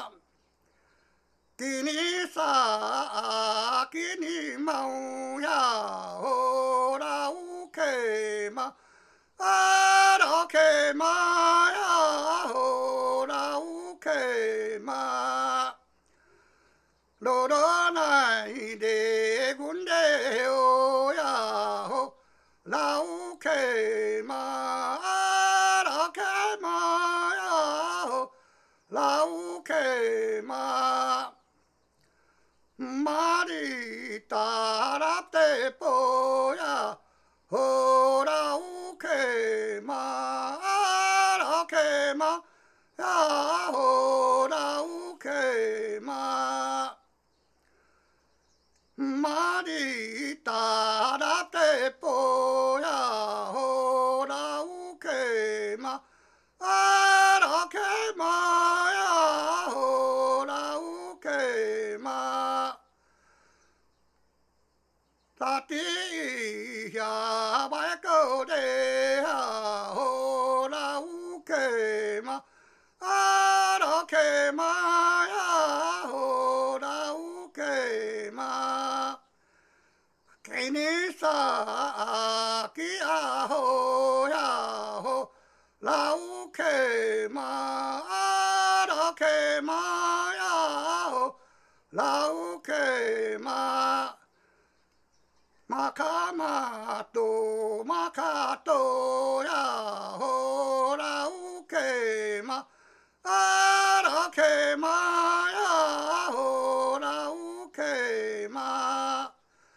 kini sa kini mau ya ho la uke ma ara ke ma ya ho la uke ma lo do nai de gunde o ya ho la uke ma ara ke ma ya ho la uke ma mari tarate po ya ho la uke ma ara ke ma ya ho la uke ma mari tarate po ya ho la uke ma ara ke ma ya ho la uke ma la ti ya ba ko de ha ho la uke ma ara ke ma ya ho la uke ma kini sa ki a ho ya ho la uke ma ara ke ma ya ho la uke ma makama to makato ya ho la uke ma ara ke ma ya ho la uke ma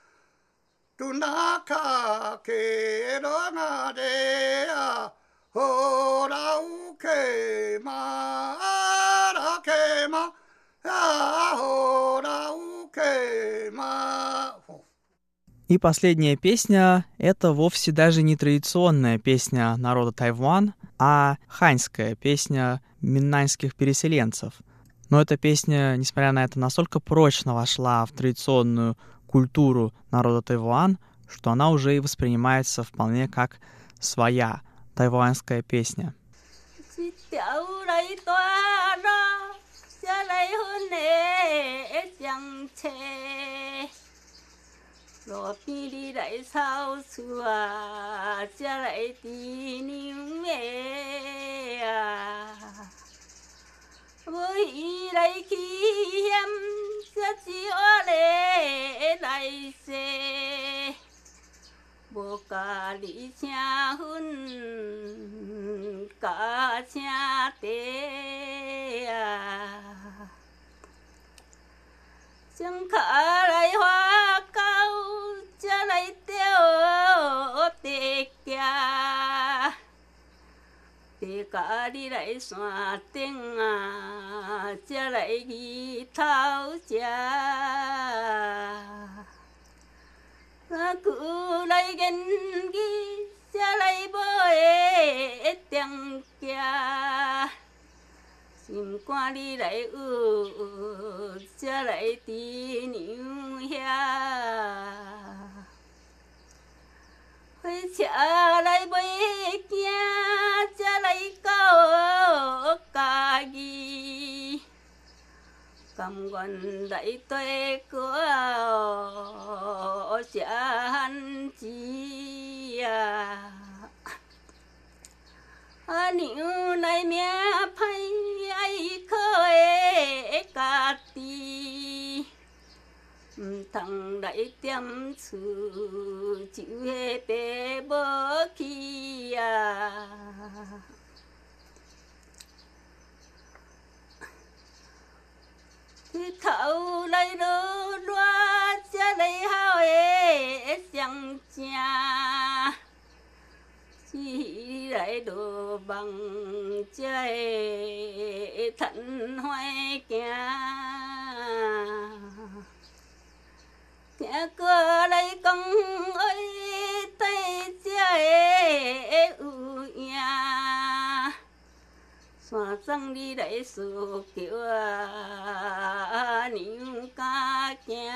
tunaka ke ro na de ya ho la uke ma ara ke ma ya ho la uke ma. И последняя песня — это вовсе даже не традиционная песня народа Тайвань, а ханьская песня миннаньских переселенцев. Но эта песня, несмотря на это, настолько прочно вошла в традиционную культуру народа Тайвань, что она уже и воспринимается вполне как своя тайваньская песня. Lo pi đi đại sao xưa cha lại đi niu mẹ à với đại khi em cha chỉ ở lệ đại xe bộ cả đi cha hun cả cha tê à chẳng khả lại hoa cao cha lại tiêu tê 甲你来山顶啊，才来日头食。啊，久来言语，才来无会定行。心肝你来有，才来伫娘遐。火车来袂行，才来到家己。甘愿来对歌哦，食番薯啊！啊，娘来命歹，爱靠的家己。毋通来踮厝，就迄白无去啊！日头来落热，才来好的上正。日来落梦，才会趁花行。听歌来讲话，对才会有影。山庄你来诉求啊，娘敢行。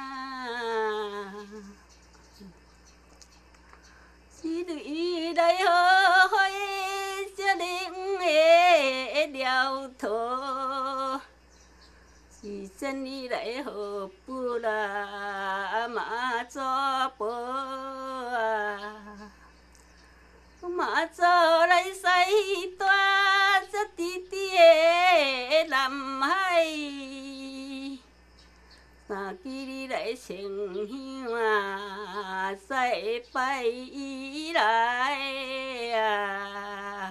一蕊来好花，才能会了土。是真你来好不啦，马祖婆啊，马祖来西大，这滴滴的南海。三支你来清香啊，才会拜伊来啊。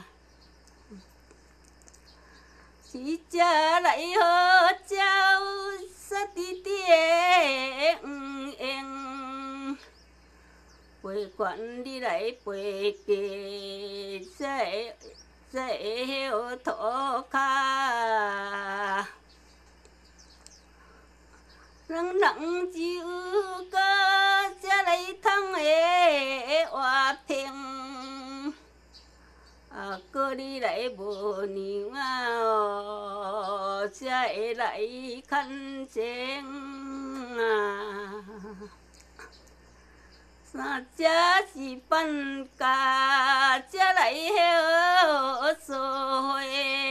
是只来好鸟，沙滴滴的黄莺。飞悬你来飞过，才会才会晓涂骹。人人只有个才来通的活平。啊，搁你来无娘啊哦，才会来牵情啊。三只是放假，才来晓做伙。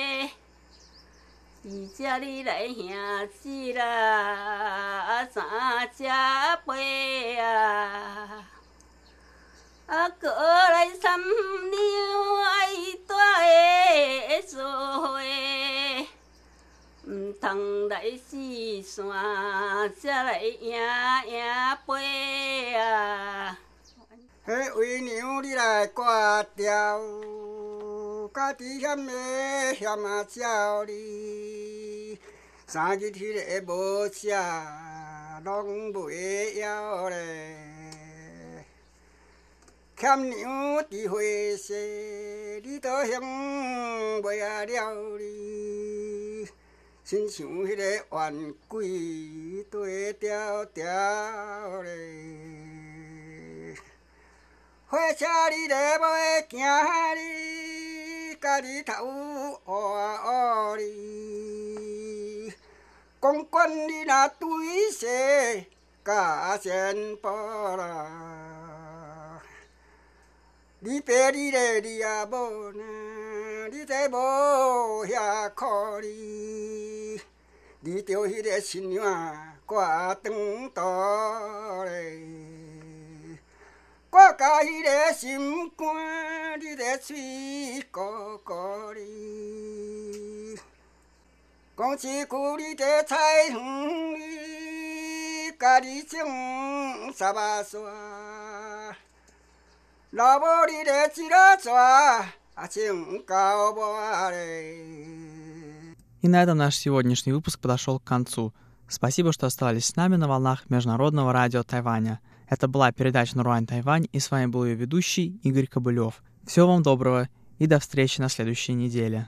二只你来兄弟啦，三只陪啊。啊，过来三娘爱带的做伙，毋通来四散，才来赢赢陪啊！ 迄为娘你来挂掉，家己险的险啊照你，三日迄个无食，拢袂晓咧。欠娘伫花市，你倒嫌袂啊了你，亲像迄个冤鬼对调调咧。火车你咧要行你，家己头乌乌哩，公馆你若对势，甲先报啦。你爸你咧，你也无呢？你这无遐苦哩？你着迄个新娘挂长途咧，我甲迄个心肝，你咧水糊糊哩。讲一句你在菜园里，家己种三把沙。老母你咧一拉蛇，啊种到我咧。 И на этом наш сегодняшний выпуск подошел к концу. Спасибо, что оставались с нами на волнах Международного радио Тайваня. Это была передача «Наруань Тайвань», и с вами был ее ведущий Игорь Кобылев. Всего вам доброго и до встречи на следующей неделе.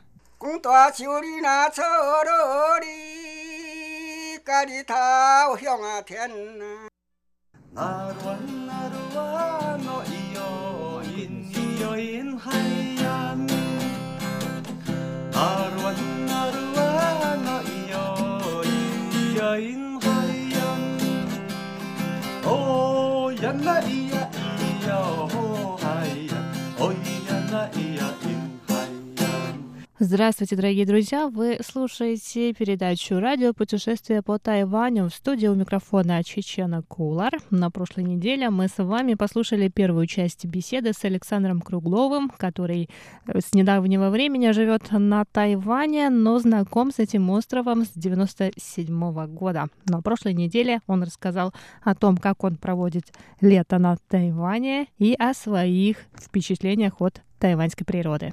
Здравствуйте, дорогие друзья! Вы слушаете передачу «Радио путешествия по Тайваню». В студии у микрофона Чечена Кулар. На прошлой неделе мы с вами послушали первую часть беседы с Александром Кругловым, который с недавнего времени живет на Тайване, но знаком с этим островом с девяносто седьмого года. На прошлой неделе он рассказал о том, как он проводит лето на Тайване и о своих впечатлениях от тайваньской природы.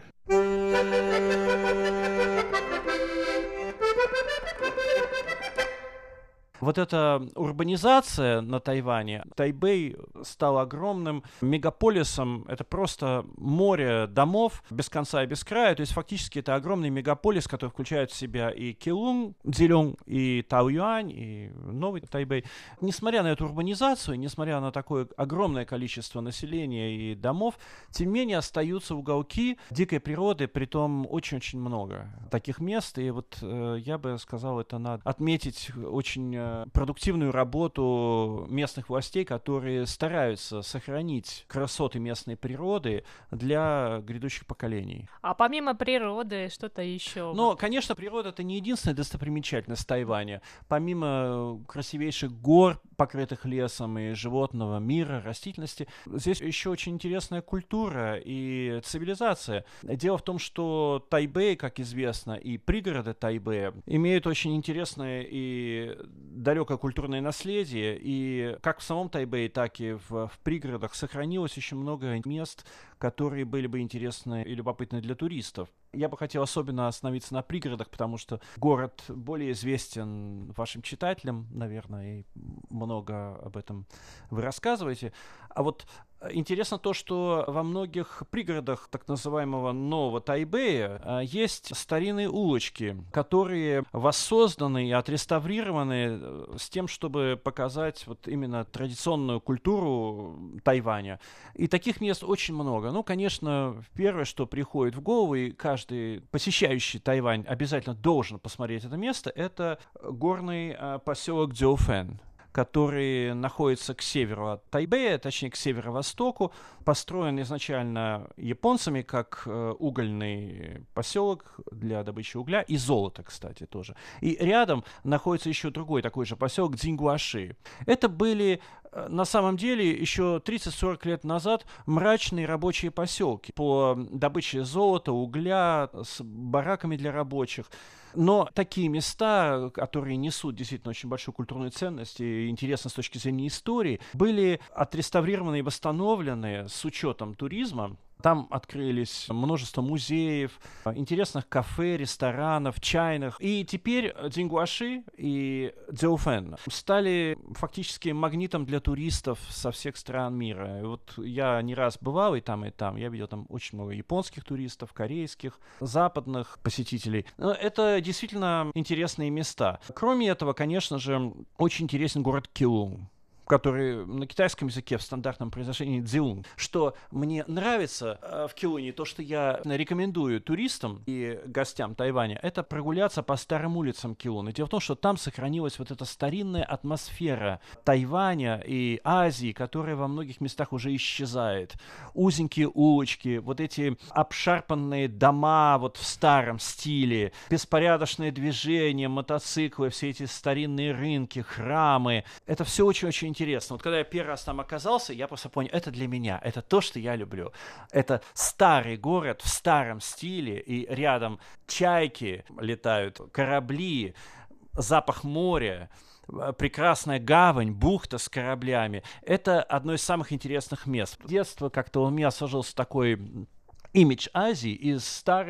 Вот эта урбанизация на Тайване, Тайбэй стал огромным мегаполисом, это просто море домов без конца и без края, то есть фактически это огромный мегаполис, который включает в себя и Келунг, Цзилюнг, и Таоюань, и Новый Тайбэй. Несмотря на эту урбанизацию, несмотря на такое огромное количество населения и домов, тем не менее остаются уголки дикой природы, притом очень-очень много таких мест, и вот э, я бы сказал, это надо отметить очень э, продуктивную работу местных властей, которые стараются сохранить красоты местной природы для грядущих поколений. А помимо природы, что-то еще? Но, конечно, природа — это не единственная достопримечательность Тайваня. Помимо красивейших гор, покрытых лесом, и животного мира, растительности, здесь еще очень интересная культура и цивилизация. Дело в том, что Тайбэй, как известно, и пригороды Тайбэя имеют очень интересное и далекое культурное наследие, и как в самом Тайбэе, так и в, в пригородах сохранилось еще много мест, которые были бы интересны и любопытны для туристов. Я бы хотел особенно остановиться на пригородах, потому что город более известен вашим читателям, наверное, и много об этом вы рассказываете. А вот интересно то, что во многих пригородах так называемого Нового Тайбэя есть старинные улочки, которые воссозданы и отреставрированы с тем, чтобы показать вот именно традиционную культуру Тайваня. И таких мест очень много. Ну, конечно, первое, что приходит в голову, и каждый посещающий Тайвань обязательно должен посмотреть это место, это горный поселок Цзюфэн, который находится к северу от Тайбэя, точнее к северо-востоку, построен изначально японцами как э, угольный поселок для добычи угля и золота, кстати, тоже. И рядом находится еще другой такой же поселок Цзиньгуаши. Это были э, на самом деле еще тридцать-сорок лет назад мрачные рабочие поселки по добыче золота, угля, с бараками для рабочих. Но такие места, которые несут действительно очень большую культурную ценность и интересны с точки зрения истории, были отреставрированы и восстановлены с учетом туризма. Там открылись множество музеев, интересных кафе, ресторанов, чайных. И теперь Цзиньгуаши и Цзюфэн стали фактически магнитом для туристов со всех стран мира. И вот я не раз бывал и там, и там. Я видел там очень много японских туристов, корейских, западных посетителей. Но это действительно интересные места. Кроме этого, конечно же, очень интересен город Келунг, который на китайском языке в стандартном произношении Цзилунг. Что мне нравится э, в Келуне, то, что я рекомендую туристам и гостям Тайваня, это прогуляться по старым улицам Келуна. Дело в том, что там сохранилась вот эта старинная атмосфера Тайваня и Азии, которая во многих местах уже исчезает. Узенькие улочки, вот эти обшарпанные дома вот в старом стиле, беспорядочное движение, мотоциклы, все эти старинные рынки, храмы. Это все очень-очень интересно. Вот когда я первый раз там оказался, я просто понял, это для меня, это то, что я люблю. Это старый город в старом стиле, и рядом чайки летают, корабли, запах моря, прекрасная гавань, бухта с кораблями. Это одно из самых интересных мест. С детства как-то у меня сложился такой имидж Азии из старых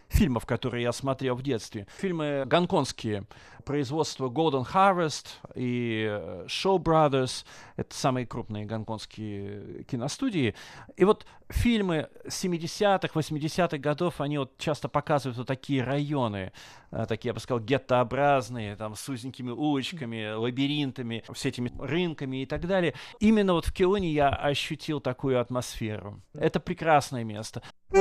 фильмов, которые я смотрел в детстве. Фильмы гонконгские, производство Golden Harvest и Shaw Brothers, это самые крупные гонконгские киностудии. И вот фильмы семидесятых, восьмидесятых годов, они вот часто показывают вот такие районы, такие, я бы сказал, геттообразные, там, с узенькими улочками, лабиринтами, все этими рынками и так далее. Именно вот в Келуне я ощутил такую атмосферу. Это прекрасное место.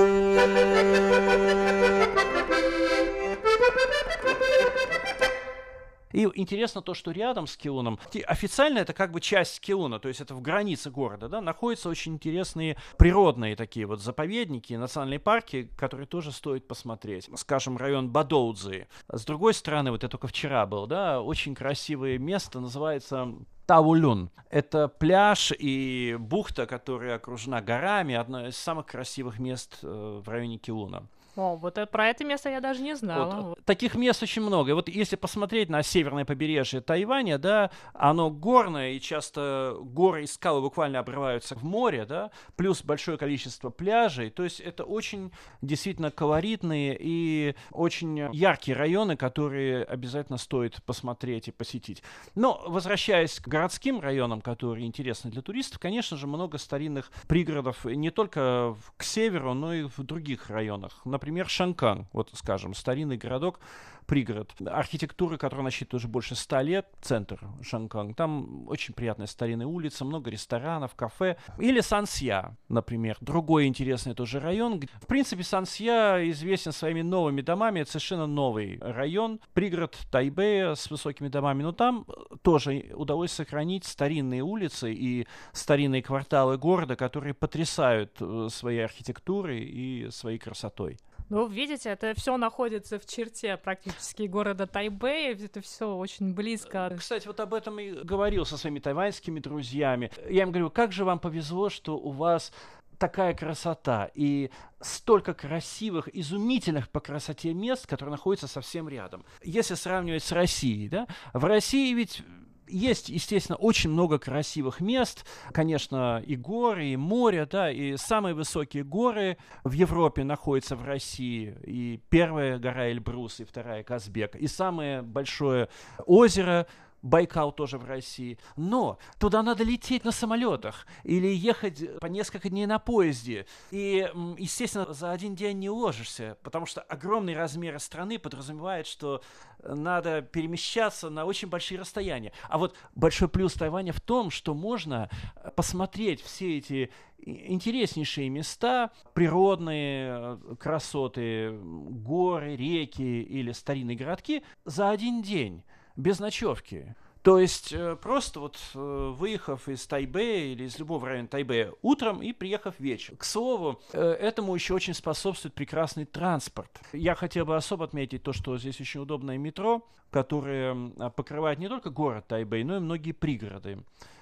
И интересно то, что рядом с Келуном, официально это как бы часть Келуна, то есть это в границе города, да, находятся очень интересные природные такие вот заповедники, национальные парки, которые тоже стоит посмотреть. Скажем, район Бадоудзи. С другой стороны, вот я только вчера был, да, очень красивое место, называется Таулюн. Это пляж и бухта, которая окружена горами, одно из самых красивых мест э, в районе Келуна. О, вот это, про это место я даже не знала. Вот, таких мест очень много. И вот если посмотреть на северное побережье Тайваня, да, оно горное, и часто горы и скалы буквально обрываются в море, да, плюс большое количество пляжей. То есть это очень действительно колоритные и очень яркие районы, которые обязательно стоит посмотреть и посетить. Но, возвращаясь к городским районам, которые интересны для туристов, конечно же, много старинных пригородов не только к северу, но и в других районах. Например, Шанкан, вот, скажем, старинный городок, пригород, архитектуры, которая насчитывает уже больше ста лет, центр Шанкан. Там очень приятная старинная улица, много ресторанов, кафе. Или Сансья, например, другой интересный тоже район. В принципе, Сансья известен своими новыми домами, это совершенно новый район, пригород Тайбэя с высокими домами, но там тоже удалось сохранить старинные улицы и старинные кварталы города, которые потрясают своей архитектурой и своей красотой. Ну, видите, это все находится в черте практически города Тайбэя, это все очень близко. Кстати, вот об этом и говорил со своими тайваньскими друзьями. Я им говорю, как же вам повезло, что у вас такая красота и столько красивых, изумительных по красоте мест, которые находятся совсем рядом. Если сравнивать с Россией, да, в России ведь есть, естественно, очень много красивых мест, конечно, и горы, и море, да, и самые высокие горы в Европе находятся в России, и первая гора Эльбрус, и вторая Казбек, и самое большое озеро Байкал тоже в России. Но туда надо лететь на самолетах или ехать по несколько дней на поезде. И, естественно, за один день не уложишься, потому что огромные размеры страны подразумевают, что надо перемещаться на очень большие расстояния. А вот большой плюс Тайваня в том, что можно посмотреть все эти интереснейшие места, природные красоты, горы, реки или старинные городки за один день. Без ночевки. То есть э, просто вот э, выехав из Тайбэя или из любого района Тайбэя утром и приехав вечером. К слову, э, этому еще очень способствует прекрасный транспорт. Я хотел бы особо отметить то, что здесь очень удобное метро, которое покрывает не только город Тайбэй, но и многие пригороды.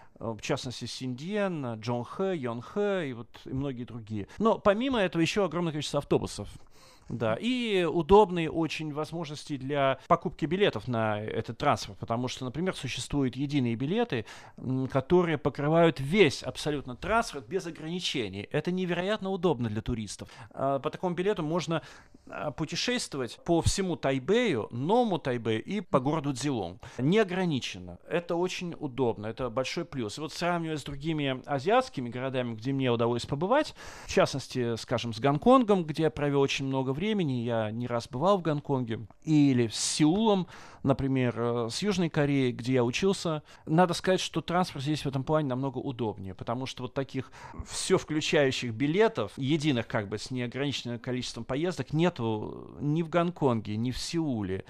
В частности, Синдиен, Чжонхэ, Йонхэ и, вот, и многие другие. Но помимо этого еще огромное количество автобусов. Да, и удобные очень возможности для покупки билетов на этот транспорт, потому что, например, существуют единые билеты, которые покрывают весь абсолютно транспорт без ограничений. Это невероятно удобно для туристов. По такому билету можно путешествовать по всему Тайбэю, Новому Тайбэю и по городу Цзилун. Неограниченно. Это очень удобно, это большой плюс. И вот сравнивая с другими азиатскими городами, где мне удалось побывать, в частности, скажем, с Гонконгом, где я провел очень много времени, я не раз бывал в Гонконге, или с Сеулом, например, с Южной Кореей, где я учился, надо сказать, что транспорт здесь в этом плане намного удобнее, потому что вот таких все включающих билетов, единых как бы с неограниченным количеством поездок, нету ни в Гонконге, ни в Сеуле,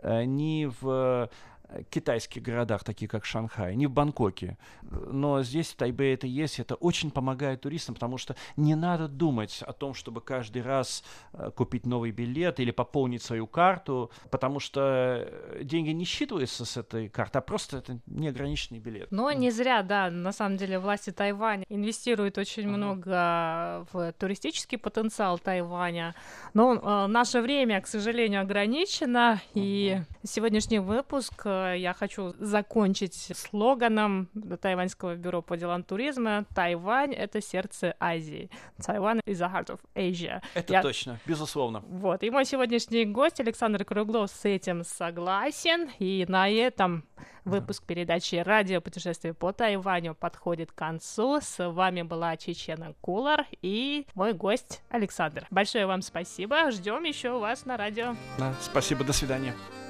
ни в китайских городах, такие как Шанхай, не в Бангкоке. Но здесь, в Тайбэе, это есть. Это очень помогает туристам, потому что не надо думать о том, чтобы каждый раз купить новый билет или пополнить свою карту, потому что деньги не считываются с этой карты, а просто это неограниченный билет. Но не зря, да, на самом деле власти Тайваня инвестируют очень ага. много в туристический потенциал Тайваня. Но э, наше время, к сожалению, ограничено, ага. и сегодняшний выпуск я хочу закончить слоганом Тайваньского бюро по делам туризма: Тайвань — это сердце Азии. Taiwan is the heart of Asia. Это я... точно, безусловно. Вот, и мой сегодняшний гость Александр Круглов с этим согласен, и на этом выпуск передачи «Радио путешествие по Тайваню» подходит к концу. С вами была Чечена Кулар и мой гость Александр. Большое вам спасибо. Ждем еще вас на радио. Да, спасибо, до свидания.